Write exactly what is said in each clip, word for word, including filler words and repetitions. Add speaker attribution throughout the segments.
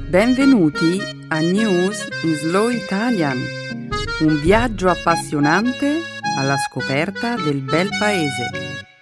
Speaker 1: Benvenuti a News in Slow Italian, un viaggio appassionante alla scoperta del bel paese.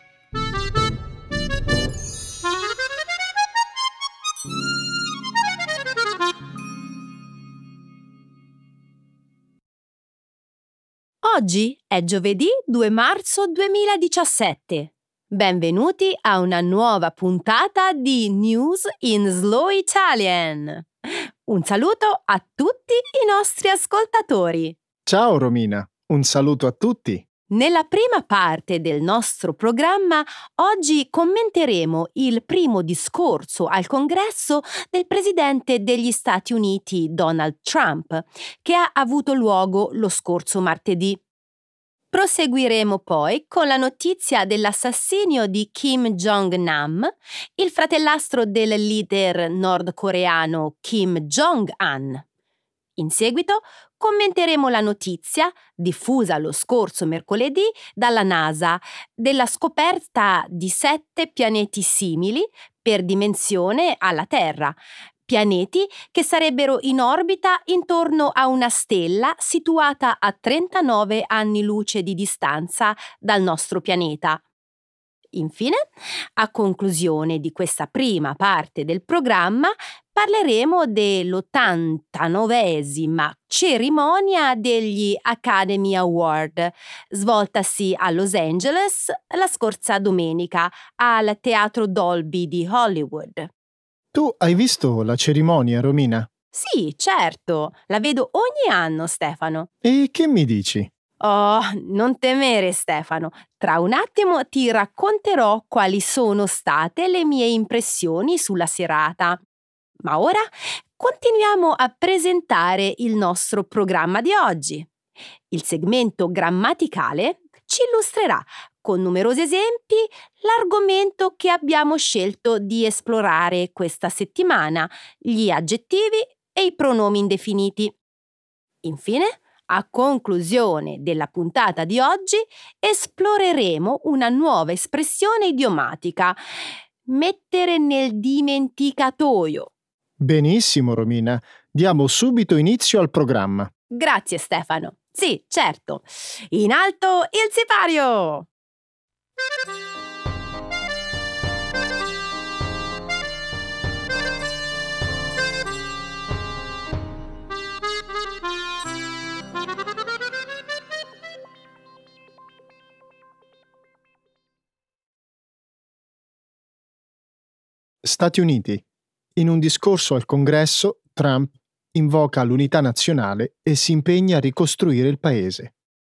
Speaker 2: Oggi è giovedì due marzo duemiladiciassette. Benvenuti a una nuova puntata di News in Slow Italian. Un saluto a tutti i nostri ascoltatori.
Speaker 3: Ciao Romina, un saluto a tutti.
Speaker 2: Nella prima parte del nostro programma oggi commenteremo il primo discorso al Congresso del Presidente degli Stati Uniti Donald Trump, che ha avuto luogo lo scorso martedì. Proseguiremo poi con la notizia dell'assassinio di Kim Jong-nam, il fratellastro del leader nordcoreano Kim Jong-un. In seguito commenteremo la notizia, diffusa lo scorso mercoledì dalla NASA, della scoperta di sette pianeti simili per dimensione alla Terra, pianeti che sarebbero in orbita intorno a una stella situata a trentanove anni luce di distanza dal nostro pianeta. Infine, a conclusione di questa prima parte del programma, parleremo dell'ottantanovesima cerimonia degli Academy Award, svoltasi a Los Angeles la scorsa domenica al Teatro Dolby di Hollywood.
Speaker 3: Tu hai visto la cerimonia, Romina?
Speaker 2: Sì, certo, la vedo ogni anno, Stefano.
Speaker 3: E che mi dici?
Speaker 2: Oh, non temere, Stefano. Tra un attimo ti racconterò quali sono state le mie impressioni sulla serata. Ma ora continuiamo a presentare il nostro programma di oggi. Il segmento grammaticale ci illustrerà con numerosi esempi l'argomento che abbiamo scelto di esplorare questa settimana, gli aggettivi e i pronomi indefiniti. Infine, a conclusione della puntata di oggi, esploreremo una nuova espressione idiomatica: mettere nel dimenticatoio.
Speaker 3: Benissimo, Romina. Diamo subito inizio al programma.
Speaker 2: Grazie, Stefano. Sì, certo. In alto il sipario!
Speaker 3: Stati Uniti. In un discorso al Congresso, Trump invoca l'unità nazionale e si impegna a ricostruire il paese.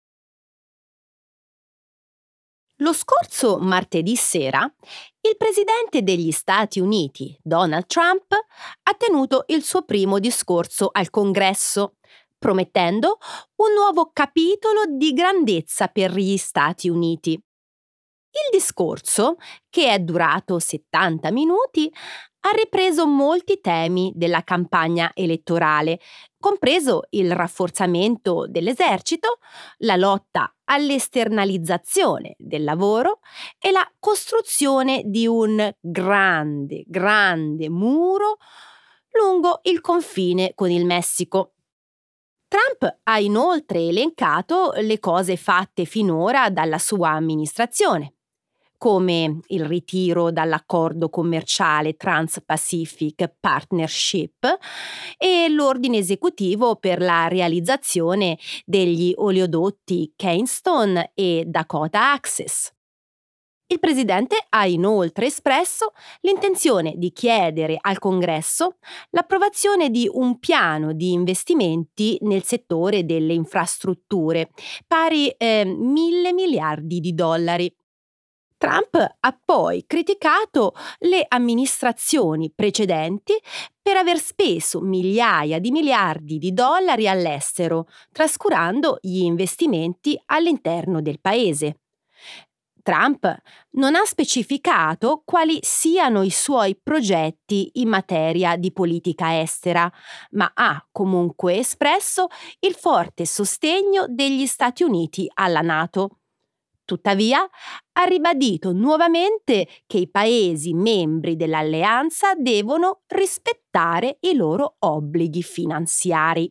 Speaker 2: Lo scorso martedì sera, il presidente degli Stati Uniti, Donald Trump, ha tenuto il suo primo discorso al Congresso, promettendo un nuovo capitolo di grandezza per gli Stati Uniti. Il discorso, che è durato settanta minuti, ha ripreso molti temi della campagna elettorale, compreso il rafforzamento dell'esercito, la lotta all'esternalizzazione del lavoro e la costruzione di un grande, grande muro lungo il confine con il Messico. Trump ha inoltre elencato le cose fatte finora dalla sua amministrazione, come il ritiro dall'accordo commerciale Trans-Pacific Partnership e l'ordine esecutivo per la realizzazione degli oleodotti Keystone e Dakota Access. Il presidente ha inoltre espresso l'intenzione di chiedere al Congresso l'approvazione di un piano di investimenti nel settore delle infrastrutture, pari eh, mille miliardi di dollari. Trump ha poi criticato le amministrazioni precedenti per aver speso migliaia di miliardi di dollari all'estero, trascurando gli investimenti all'interno del paese. Trump non ha specificato quali siano i suoi progetti in materia di politica estera, ma ha comunque espresso il forte sostegno degli Stati Uniti alla NATO. Tuttavia, ha ribadito nuovamente che i paesi membri dell'alleanza devono rispettare i loro obblighi finanziari.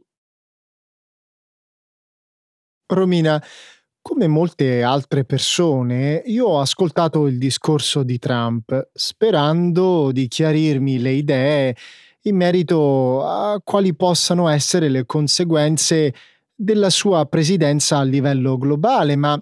Speaker 3: Romina, come molte altre persone, io ho ascoltato il discorso di Trump sperando di chiarirmi le idee in merito a quali possano essere le conseguenze della sua presidenza a livello globale, ma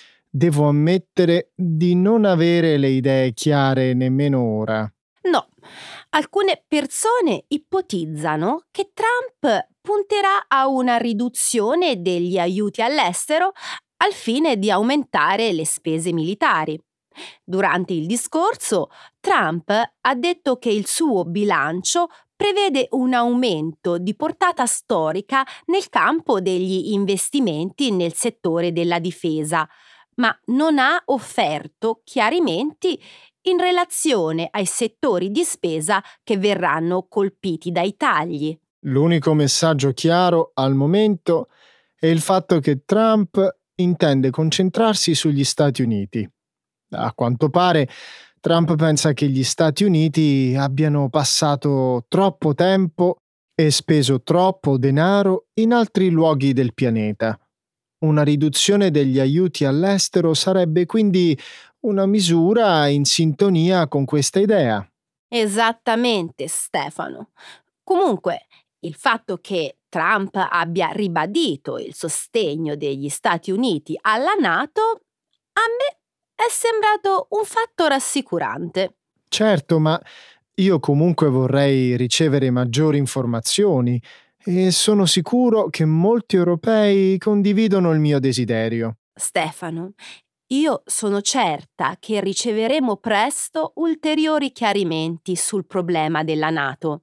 Speaker 3: devo ammettere di non avere le idee chiare nemmeno ora.
Speaker 2: No, alcune persone ipotizzano che Trump punterà a una riduzione degli aiuti all'estero al fine di aumentare le spese militari. Durante il discorso, Trump ha detto che il suo bilancio prevede un aumento di portata storica nel campo degli investimenti nel settore della difesa, ma non ha offerto chiarimenti in relazione ai settori di spesa che verranno colpiti dai tagli.
Speaker 3: L'unico messaggio chiaro al momento è il fatto che Trump intende concentrarsi sugli Stati Uniti. A quanto pare, Trump pensa che gli Stati Uniti abbiano passato troppo tempo e speso troppo denaro in altri luoghi del pianeta. Una riduzione degli aiuti all'estero sarebbe quindi una misura in sintonia con questa idea.
Speaker 2: Esattamente, Stefano. Comunque, il fatto che Trump abbia ribadito il sostegno degli Stati Uniti alla NATO, a me è sembrato un fatto rassicurante.
Speaker 3: Certo, ma io comunque vorrei ricevere maggiori informazioni e sono sicuro che molti europei condividono il mio desiderio.
Speaker 2: Stefano, io sono certa che riceveremo presto ulteriori chiarimenti sul problema della NATO.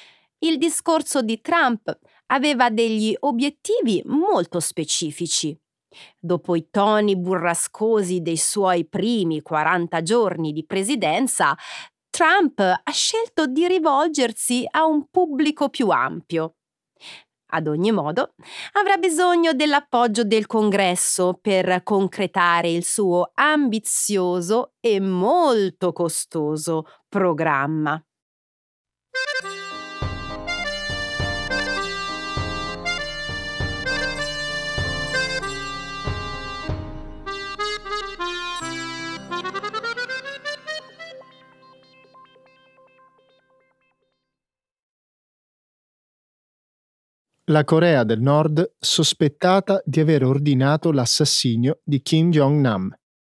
Speaker 2: Il discorso di Trump aveva degli obiettivi molto specifici. Dopo i toni burrascosi dei suoi primi quaranta giorni di presidenza, Trump ha scelto di rivolgersi a un pubblico più ampio. Ad ogni modo, avrà bisogno dell'appoggio del Congresso per concretare il suo ambizioso e molto costoso programma.
Speaker 3: La Corea del Nord sospettata di aver ordinato l'assassinio di Kim Jong-nam.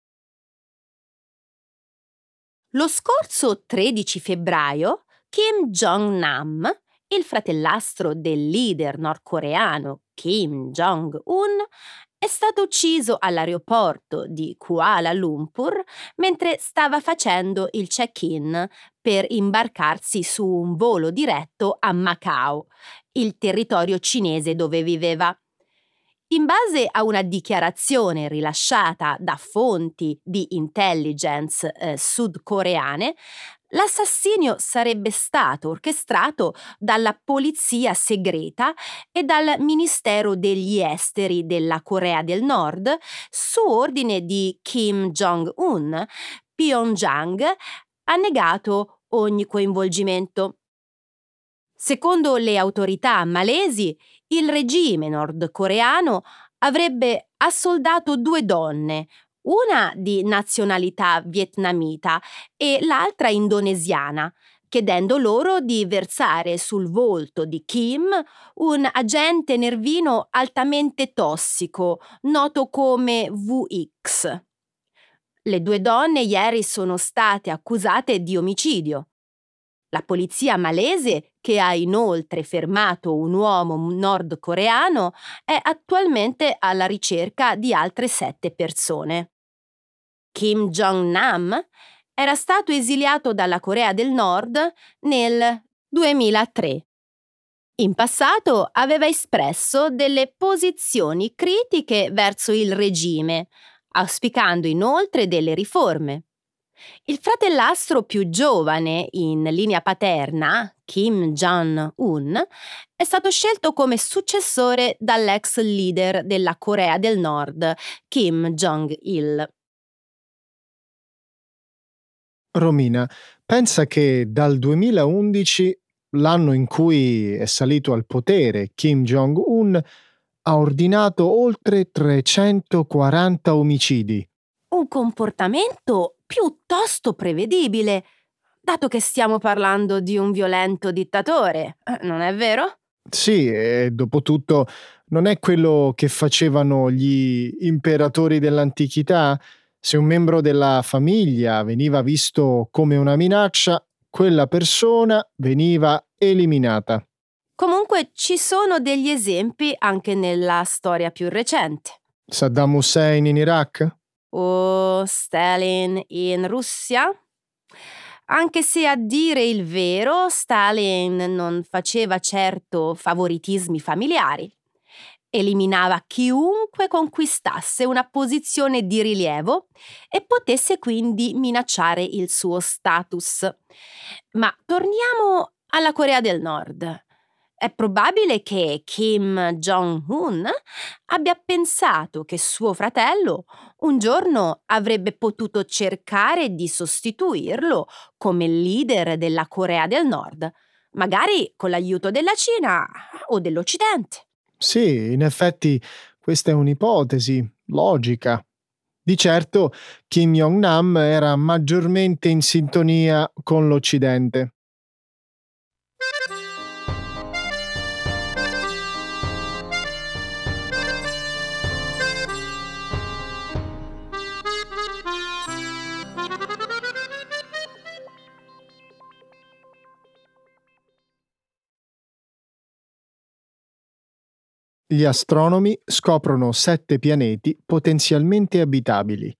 Speaker 2: Lo scorso tredici febbraio, Kim Jong-nam, il fratellastro del leader nordcoreano Kim Jong-un, è stato ucciso all'aeroporto di Kuala Lumpur mentre stava facendo il check-in per imbarcarsi su un volo diretto a Macao, il territorio cinese dove viveva. In base a una dichiarazione rilasciata da fonti di intelligence eh, sudcoreane, l'assassinio sarebbe stato orchestrato dalla polizia segreta e dal Ministero degli Esteri della Corea del Nord su ordine di Kim Jong-un. Pyongyang ha negato ogni coinvolgimento. Secondo le autorità malesi, il regime nordcoreano avrebbe assoldato due donne, una di nazionalità vietnamita e l'altra indonesiana, chiedendo loro di versare sul volto di Kim un agente nervino altamente tossico, noto come V X. Le due donne ieri sono state accusate di omicidio. La polizia malese, che ha inoltre fermato un uomo nordcoreano, è attualmente alla ricerca di altre sette persone. Kim Jong-nam era stato esiliato dalla Corea del Nord nel duemilatré. In passato aveva espresso delle posizioni critiche verso il regime, auspicando inoltre delle riforme. Il fratellastro più giovane in linea paterna, Kim Jong-un, è stato scelto come successore dall'ex leader della Corea del Nord, Kim Jong-il.
Speaker 3: Romina, pensa che dal duemilaundici, l'anno in cui è salito al potere Kim Jong-un, ha ordinato oltre trecentoquaranta omicidi.
Speaker 2: Un comportamento piuttosto prevedibile, dato che stiamo parlando di un violento dittatore, eh, non è vero?
Speaker 3: Sì, e dopotutto non è quello che facevano gli imperatori dell'antichità? Se un membro della famiglia veniva visto come una minaccia, quella persona veniva eliminata.
Speaker 2: Comunque ci sono degli esempi anche nella storia più recente.
Speaker 3: Saddam Hussein in Iraq?
Speaker 2: O Stalin in Russia? Anche se a dire il vero, Stalin non faceva certo favoritismi familiari. Eliminava chiunque conquistasse una posizione di rilievo e potesse quindi minacciare il suo status. Ma torniamo alla Corea del Nord. È probabile che Kim Jong-un abbia pensato che suo fratello un giorno avrebbe potuto cercare di sostituirlo come leader della Corea del Nord, magari con l'aiuto della Cina o dell'Occidente.
Speaker 3: Sì, in effetti questa è un'ipotesi logica. Di certo Kim Jong-nam era maggiormente in sintonia con l'Occidente. Gli astronomi scoprono sette pianeti potenzialmente abitabili.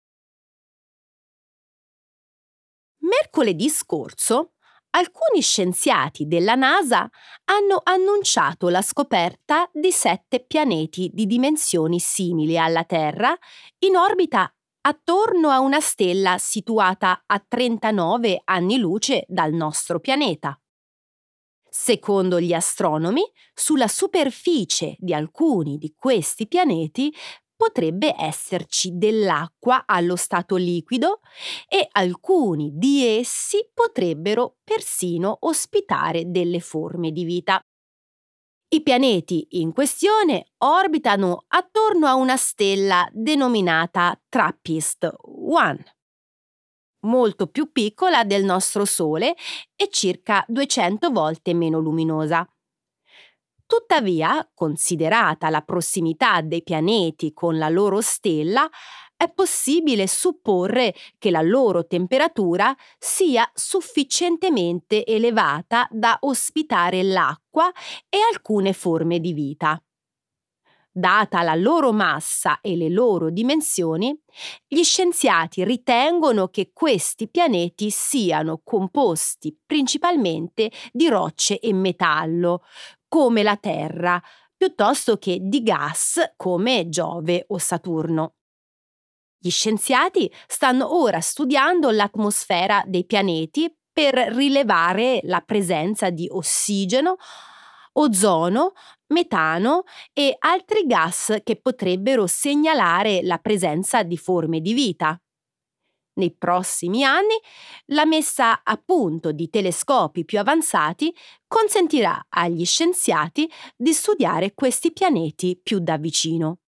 Speaker 2: Mercoledì scorso, alcuni scienziati della NASA hanno annunciato la scoperta di sette pianeti di dimensioni simili alla Terra in orbita attorno a una stella situata a trentanove anni luce dal nostro pianeta. Secondo gli astronomi, sulla superficie di alcuni di questi pianeti potrebbe esserci dell'acqua allo stato liquido e alcuni di essi potrebbero persino ospitare delle forme di vita. I pianeti in questione orbitano attorno a una stella denominata TRAPPIST uno, molto più piccola del nostro Sole e circa duecento volte meno luminosa. Tuttavia, considerata la prossimità dei pianeti con la loro stella, è possibile supporre che la loro temperatura sia sufficientemente elevata da ospitare l'acqua e alcune forme di vita. Data la loro massa e le loro dimensioni, gli scienziati ritengono che questi pianeti siano composti principalmente di rocce e metallo, come la Terra, piuttosto che di gas come Giove o Saturno. Gli scienziati stanno ora studiando l'atmosfera dei pianeti per rilevare la presenza di ossigeno, ozono, metano e altri gas che potrebbero segnalare la presenza di forme di vita. Nei prossimi anni, la messa a punto di telescopi più avanzati consentirà agli scienziati di studiare questi pianeti più da vicino.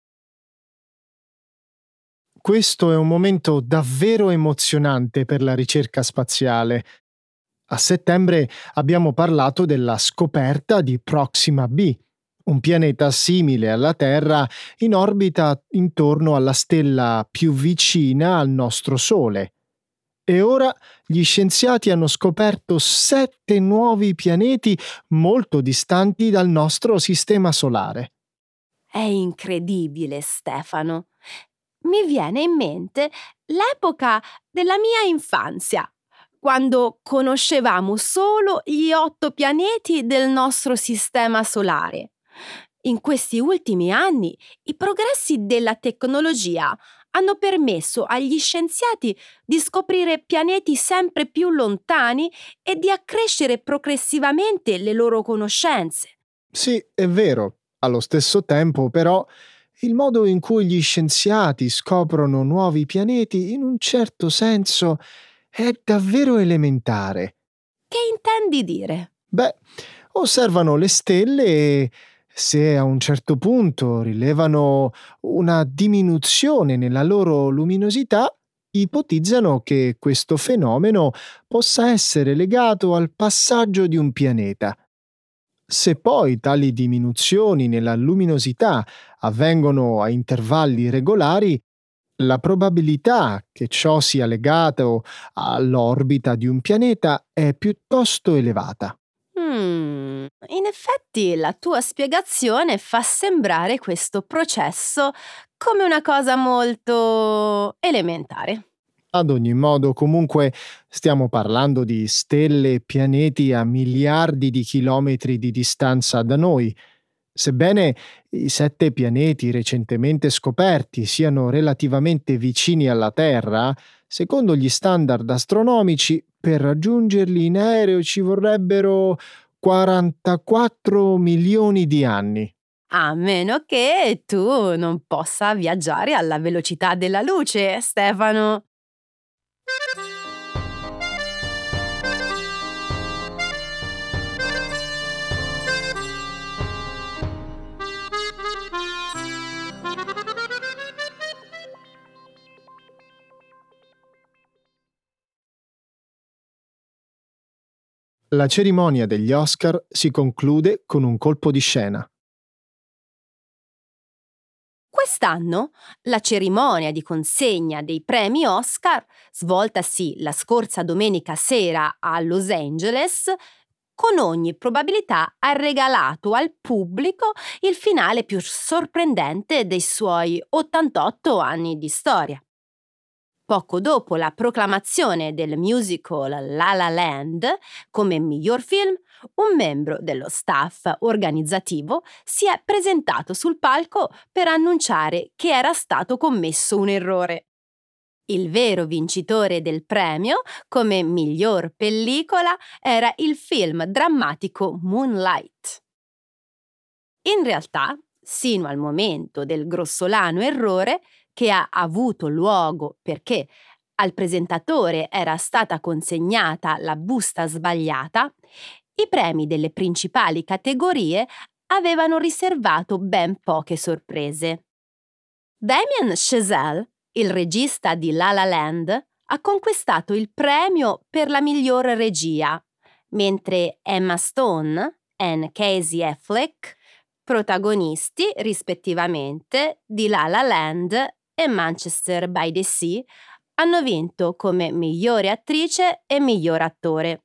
Speaker 3: Questo è un momento davvero emozionante per la ricerca spaziale. A settembre abbiamo parlato della scoperta di Proxima b, un pianeta simile alla Terra in orbita intorno alla stella più vicina al nostro Sole. E ora gli scienziati hanno scoperto sette nuovi pianeti molto distanti dal nostro sistema solare.
Speaker 2: È incredibile, Stefano. Mi viene in mente l'epoca della mia infanzia, quando conoscevamo solo gli otto pianeti del nostro sistema solare. In questi ultimi anni i progressi della tecnologia hanno permesso agli scienziati di scoprire pianeti sempre più lontani e di accrescere progressivamente le loro conoscenze.
Speaker 3: Sì, è vero. Allo stesso tempo, però, il modo in cui gli scienziati scoprono nuovi pianeti, in un certo senso, è davvero elementare.
Speaker 2: Che intendi dire?
Speaker 3: Beh, osservano le stelle e se a un certo punto rilevano una diminuzione nella loro luminosità, ipotizzano che questo fenomeno possa essere legato al passaggio di un pianeta. Se poi tali diminuzioni nella luminosità avvengono a intervalli regolari, la probabilità che ciò sia legato all'orbita di un pianeta è piuttosto elevata.
Speaker 2: Hmm, in effetti la tua spiegazione fa sembrare questo processo come una cosa molto elementare.
Speaker 3: Ad ogni modo, comunque, stiamo parlando di stelle e pianeti a miliardi di chilometri di distanza da noi. Sebbene i sette pianeti recentemente scoperti siano relativamente vicini alla Terra, secondo gli standard astronomici, per raggiungerli in aereo ci vorrebbero quarantaquattro milioni di anni.
Speaker 2: A meno che tu non possa viaggiare alla velocità della luce, Stefano.
Speaker 3: La cerimonia degli Oscar si conclude con un colpo di scena.
Speaker 2: Quest'anno la cerimonia di consegna dei premi Oscar, svoltasi la scorsa domenica sera a Los Angeles, con ogni probabilità ha regalato al pubblico il finale più sorprendente dei suoi ottantotto anni di storia. Poco dopo la proclamazione del musical La La Land come miglior film, un membro dello staff organizzativo si è presentato sul palco per annunciare che era stato commesso un errore. Il vero vincitore del premio come miglior pellicola era il film drammatico Moonlight. In realtà, sino al momento del grossolano errore che ha avuto luogo perché al presentatore era stata consegnata la busta sbagliata, i premi delle principali categorie avevano riservato ben poche sorprese. Damien Chazelle, il regista di La La Land, ha conquistato il premio per la miglior regia, mentre Emma Stone e Casey Affleck, protagonisti rispettivamente di La La Land e Manchester by the Sea, hanno vinto come migliore attrice e miglior attore.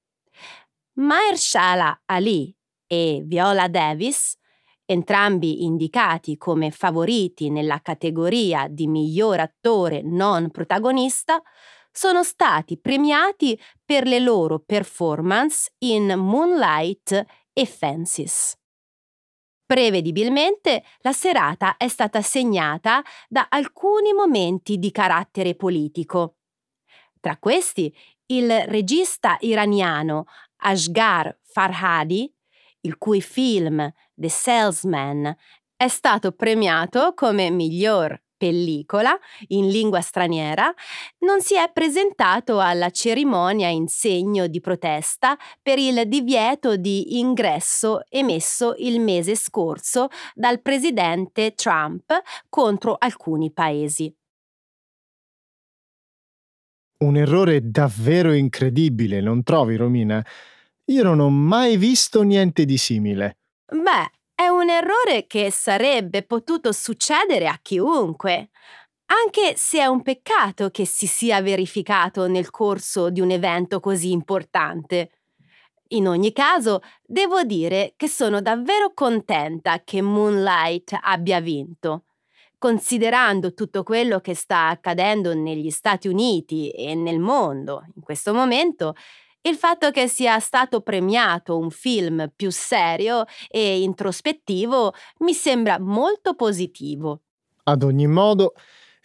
Speaker 2: Mahershala Ali e Viola Davis, entrambi indicati come favoriti nella categoria di miglior attore non protagonista, sono stati premiati per le loro performance in Moonlight e Fences. Prevedibilmente la serata è stata segnata da alcuni momenti di carattere politico. Tra questi, il regista iraniano Asghar Farhadi, il cui film The Salesman è stato premiato come miglior pellicola in lingua straniera, non si è presentato alla cerimonia in segno di protesta per il divieto di ingresso emesso il mese scorso dal presidente Trump contro alcuni paesi.
Speaker 3: Un errore davvero incredibile, non trovi, Romina? Io non ho mai visto niente di simile.
Speaker 2: Beh, è un errore che sarebbe potuto succedere a chiunque, anche se è un peccato che si sia verificato nel corso di un evento così importante. In ogni caso, devo dire che sono davvero contenta che Moonlight abbia vinto. Considerando tutto quello che sta accadendo negli Stati Uniti e nel mondo in questo momento, il fatto che sia stato premiato un film più serio e introspettivo mi sembra molto positivo.
Speaker 3: Ad ogni modo,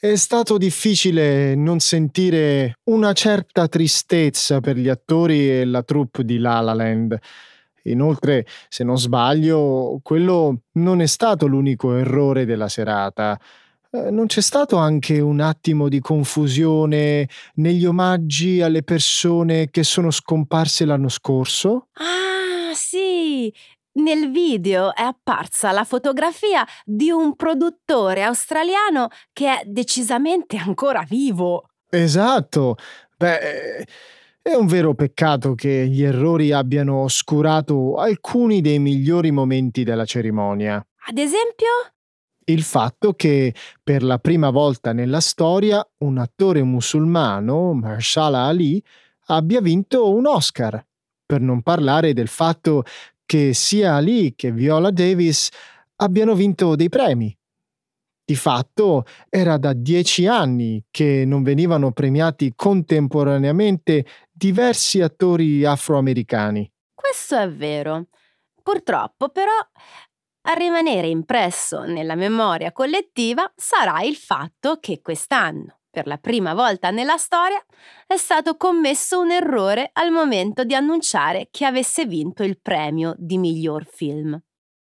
Speaker 3: È stato difficile non sentire una certa tristezza per gli attori e la troupe di La La Land. Inoltre, se non sbaglio, quello non è stato l'unico errore della serata. Eh, non c'è stato anche un attimo di confusione negli omaggi alle persone che sono scomparse l'anno scorso?
Speaker 2: Ah, sì! Nel video è apparsa la fotografia di un produttore australiano che è decisamente ancora vivo.
Speaker 3: Esatto. Beh, eh, è un vero peccato che gli errori abbiano oscurato alcuni dei migliori momenti della cerimonia.
Speaker 2: Ad esempio?
Speaker 3: Il fatto che per la prima volta nella storia un attore musulmano, Mahershala Ali, abbia vinto un Oscar. Per non parlare del fatto che sia Ali che Viola Davis abbiano vinto dei premi. Di fatto era da dieci anni che non venivano premiati contemporaneamente diversi attori afroamericani.
Speaker 2: Questo è vero. Purtroppo, però, a rimanere impresso nella memoria collettiva sarà il fatto che quest'anno, per la prima volta nella storia, è stato commesso un errore al momento di annunciare chi avesse vinto il premio di miglior film.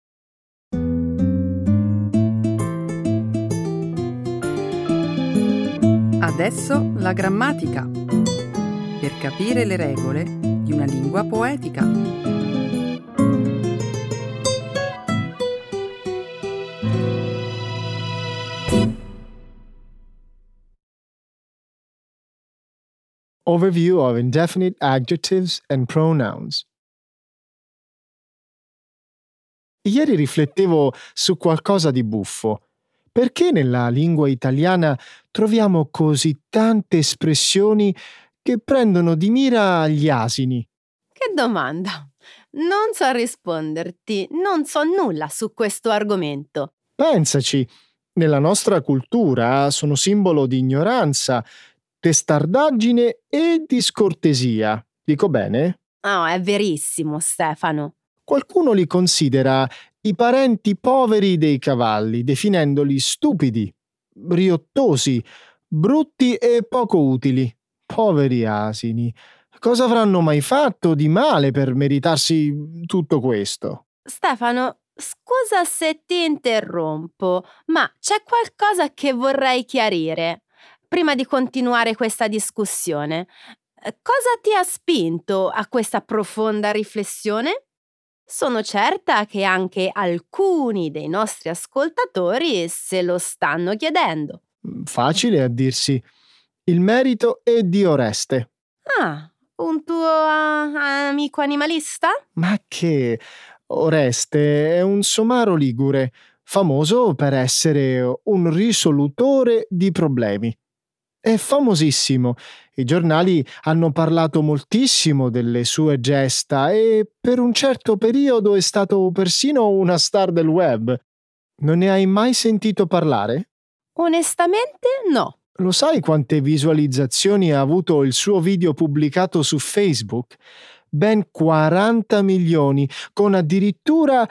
Speaker 1: Adesso la grammatica, per capire le regole di una lingua poetica.
Speaker 3: Overview of indefinite adjectives and pronouns. Ieri riflettevo su qualcosa di buffo. Perché nella lingua italiana troviamo così tante espressioni che prendono di mira gli asini?
Speaker 2: Che domanda! Non so risponderti, non so nulla su questo argomento.
Speaker 3: Pensaci, nella nostra cultura sono simbolo di ignoranza, testardaggine e discortesia. Dico bene?
Speaker 2: Oh, è verissimo, Stefano.
Speaker 3: Qualcuno li considera i parenti poveri dei cavalli, definendoli stupidi, riottosi, brutti e poco utili. Poveri asini. Cosa avranno mai fatto di male per meritarsi tutto questo?
Speaker 2: Stefano, scusa se ti interrompo, ma c'è qualcosa che vorrei chiarire. Prima di continuare questa discussione, cosa ti ha spinto a questa profonda riflessione? Sono certa che anche alcuni dei nostri ascoltatori se lo stanno chiedendo.
Speaker 3: Facile a dirsi. Il merito è di Oreste.
Speaker 2: Ah, un tuo uh, amico animalista?
Speaker 3: Ma che? Oreste è un somaro ligure, famoso per essere un risolutore di problemi. È famosissimo. I giornali hanno parlato moltissimo delle sue gesta e per un certo periodo è stato persino una star del web. Non ne hai mai sentito parlare?
Speaker 2: Onestamente no.
Speaker 3: Lo sai quante visualizzazioni ha avuto il suo video pubblicato su Facebook? Ben quaranta milioni, con addirittura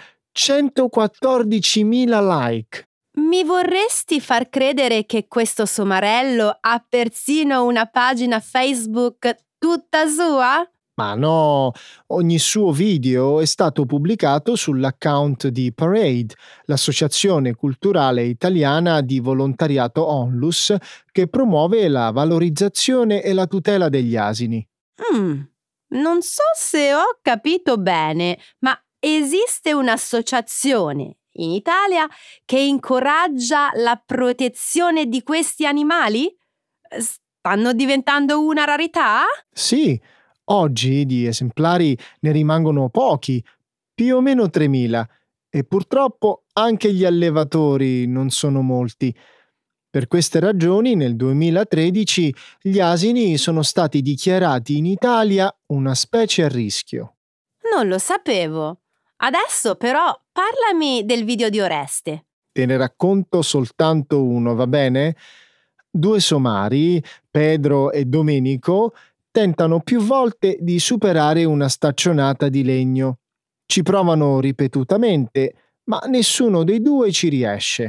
Speaker 3: centoquattordicimila like.
Speaker 2: Mi vorresti far credere che questo somarello ha persino una pagina Facebook tutta sua?
Speaker 3: Ma no, ogni suo video è stato pubblicato sull'account di Parade, l'associazione culturale italiana di volontariato Onlus che promuove la valorizzazione e la tutela degli asini.
Speaker 2: Mm, non so se ho capito bene, ma esiste un'associazione in Italia che incoraggia la protezione di questi animali? Stanno diventando una rarità?
Speaker 3: Sì, oggi di esemplari ne rimangono pochi, più o meno tremila, e purtroppo anche gli allevatori non sono molti. Per queste ragioni nel duemilatredici gli asini sono stati dichiarati in Italia una specie a rischio.
Speaker 2: Non lo sapevo. Adesso però parlami del video di Oreste.
Speaker 3: Te ne racconto soltanto uno, va bene? Due somari, Pedro e Domenico, tentano più volte di superare una staccionata di legno. Ci provano ripetutamente, ma nessuno dei due ci riesce.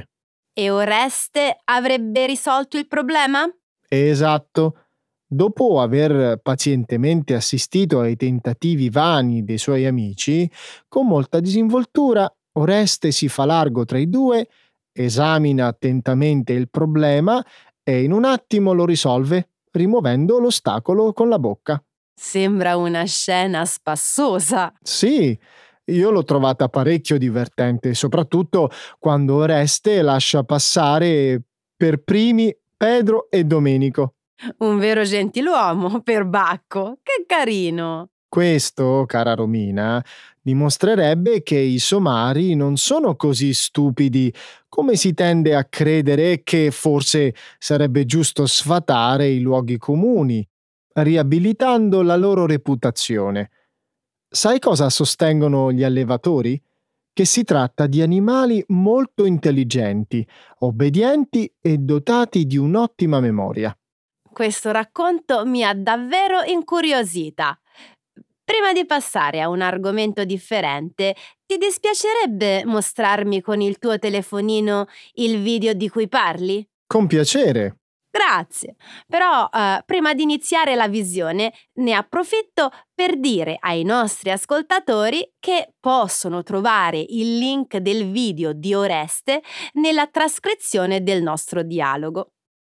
Speaker 2: E Oreste avrebbe risolto il problema?
Speaker 3: Esatto. Dopo aver pazientemente assistito ai tentativi vani dei suoi amici, con molta disinvoltura Oreste si fa largo tra i due, esamina attentamente il problema e in un attimo lo risolve, rimuovendo l'ostacolo con la bocca.
Speaker 2: Sembra una scena spassosa.
Speaker 3: Sì, io l'ho trovata parecchio divertente, soprattutto quando Oreste lascia passare per primi Pedro e Domenico.
Speaker 2: Un vero gentiluomo, perbacco. Che carino!
Speaker 3: Questo, cara Romina, dimostrerebbe che i somari non sono così stupidi come si tende a credere e che forse sarebbe giusto sfatare i luoghi comuni, riabilitando la loro reputazione. Sai cosa sostengono gli allevatori? Che si tratta di animali molto intelligenti, obbedienti e dotati di un'ottima memoria.
Speaker 2: Questo racconto mi ha davvero incuriosita. Prima di passare a un argomento differente, ti dispiacerebbe mostrarmi con il tuo telefonino il video di cui parli?
Speaker 3: Con piacere.
Speaker 2: Grazie, però eh, prima di iniziare la visione ne approfitto per dire ai nostri ascoltatori che possono trovare il link del video di Oreste nella trascrizione del nostro dialogo.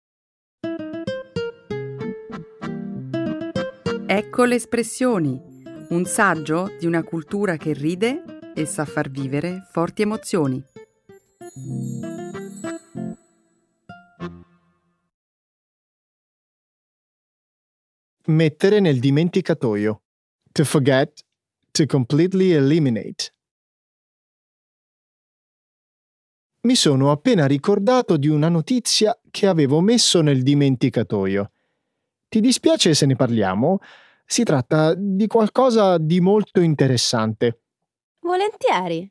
Speaker 1: Ecco le espressioni, un saggio di una cultura che ride e sa far vivere forti emozioni.
Speaker 3: Mettere nel dimenticatoio. To forget, to completely eliminate. Mi sono appena ricordato di una notizia che avevo messo nel dimenticatoio. Ti dispiace se ne parliamo? Si tratta di qualcosa di molto interessante.
Speaker 2: Volentieri.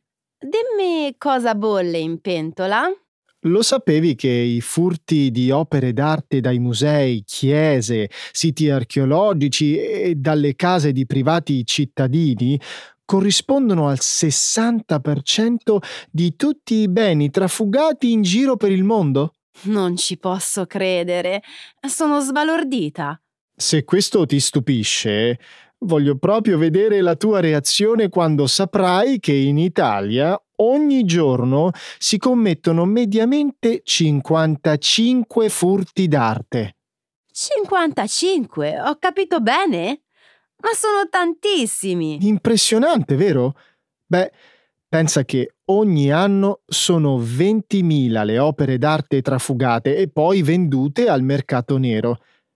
Speaker 2: Dimmi cosa bolle in pentola?
Speaker 3: Lo sapevi che i furti di opere d'arte dai musei, chiese, siti archeologici e dalle case di privati cittadini corrispondono al sessanta per cento di tutti i beni trafugati in giro per il mondo?
Speaker 2: Non ci posso credere. Sono sbalordita.
Speaker 3: Se questo ti stupisce, voglio proprio vedere la tua reazione quando saprai che in Italia ogni giorno si commettono mediamente cinquantacinque furti d'arte.
Speaker 2: cinquantacinque? Ho capito bene? Ma sono tantissimi!
Speaker 3: Impressionante, vero? Beh, pensa che ogni anno sono ventimila le opere d'arte trafugate e poi vendute al mercato nero.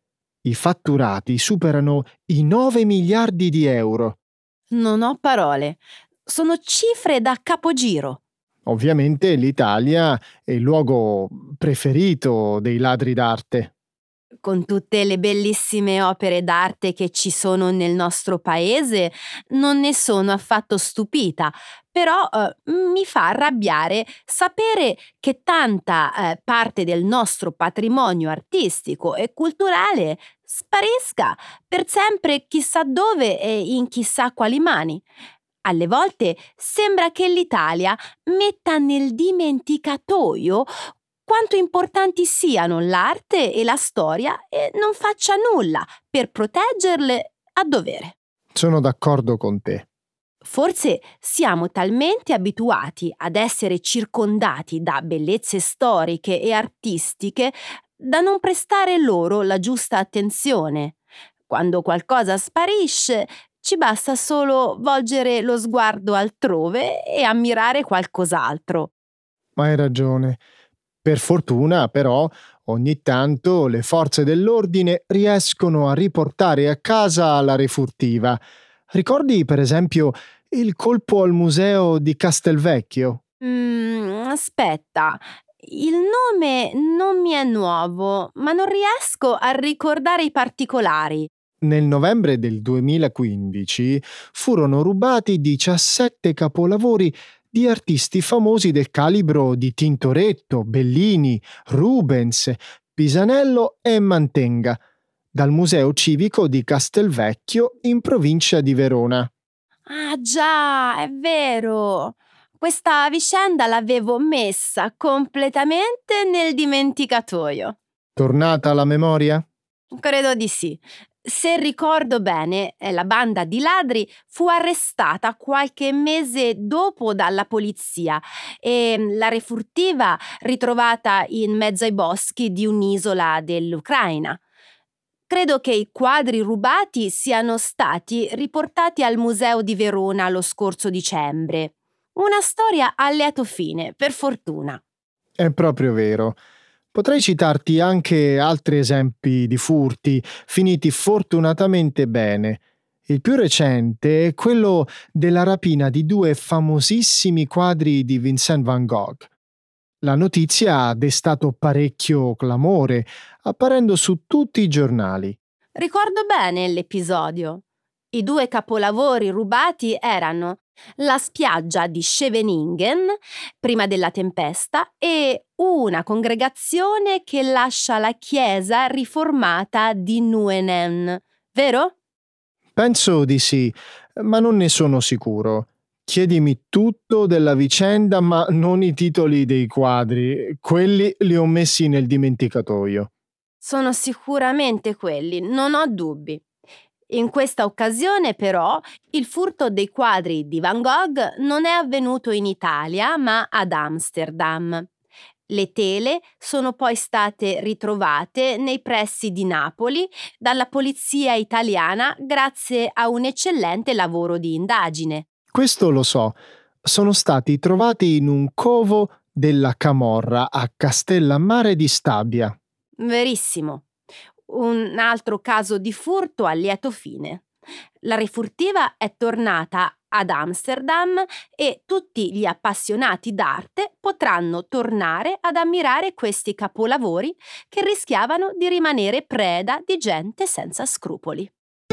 Speaker 3: I fatturati superano i nove miliardi di euro.
Speaker 2: Non ho parole. Sono cifre da capogiro.
Speaker 3: Ovviamente l'Italia è il luogo preferito dei ladri d'arte.
Speaker 2: Con tutte le bellissime opere d'arte che ci sono nel nostro paese, non ne sono affatto stupita, però eh, mi fa arrabbiare sapere che tanta eh, parte del nostro patrimonio artistico e culturale sparisca per sempre chissà dove e in chissà quali mani. Alle volte sembra che l'Italia metta nel dimenticatoio quanto importanti siano l'arte e la storia e non faccia nulla per proteggerle a dovere.
Speaker 3: Sono d'accordo con te.
Speaker 2: Forse siamo talmente abituati ad essere circondati da bellezze storiche e artistiche da non prestare loro la giusta attenzione. Quando qualcosa sparisce, ci basta solo volgere lo sguardo altrove e ammirare qualcos'altro.
Speaker 3: Ma hai ragione. Per fortuna, però, ogni tanto le forze dell'ordine riescono a riportare a casa la refurtiva. Ricordi, per esempio, il colpo al museo di Castelvecchio?
Speaker 2: Mm, aspetta, il nome non mi è nuovo, ma non riesco a ricordare i particolari.
Speaker 3: Nel novembre del duemilaquindici furono rubati diciassette capolavori di artisti famosi del calibro di Tintoretto, Bellini, Rubens, Pisanello e Mantenga, dal Museo Civico di Castelvecchio in provincia di Verona.
Speaker 2: Ah già, è vero! questa vicenda l'avevo messa completamente nel dimenticatoio.
Speaker 3: Tornata alla memoria?
Speaker 2: Credo di sì. Se ricordo bene, la banda di ladri fu arrestata qualche mese dopo dalla polizia e la refurtiva ritrovata in mezzo ai boschi di un'isola dell'Ucraina. Credo che i quadri rubati siano stati riportati al Museo di Verona lo scorso dicembre. Una storia a lieto fine, per fortuna.
Speaker 3: È proprio vero. Potrei citarti anche altri esempi di furti finiti fortunatamente bene. Il più recente è quello della rapina di due famosissimi quadri di Vincent van Gogh. La notizia ha destato parecchio clamore, apparendo su tutti i giornali.
Speaker 2: Ricordo bene l'episodio. I due capolavori rubati erano la spiaggia di Scheveningen, prima della tempesta, e una congregazione che lascia la chiesa riformata di Nuenen, vero?
Speaker 3: Penso di sì, ma non ne sono sicuro. Chiedimi tutto della vicenda, ma non i titoli dei quadri. Quelli li ho messi nel dimenticatoio.
Speaker 2: Sono sicuramente quelli, non ho dubbi. In questa occasione, però, il furto dei quadri di Van Gogh non è avvenuto in Italia, ma ad Amsterdam. Le tele sono poi state ritrovate nei pressi di Napoli dalla polizia italiana grazie a un eccellente lavoro di indagine.
Speaker 3: Questo lo so. Sono stati trovati in un covo della Camorra a Castellammare di Stabia.
Speaker 2: Verissimo. Un altro caso di furto a lieto fine. La refurtiva è tornata ad Amsterdam e tutti gli appassionati d'arte potranno tornare ad ammirare questi capolavori che rischiavano di rimanere preda di gente senza scrupoli.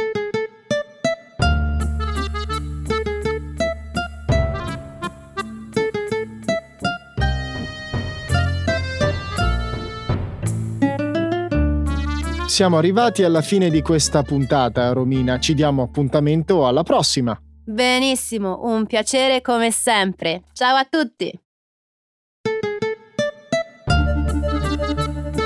Speaker 3: Siamo arrivati alla fine di questa puntata, Romina. Ci diamo appuntamento alla prossima.
Speaker 2: Benissimo, un piacere come sempre. Ciao a tutti!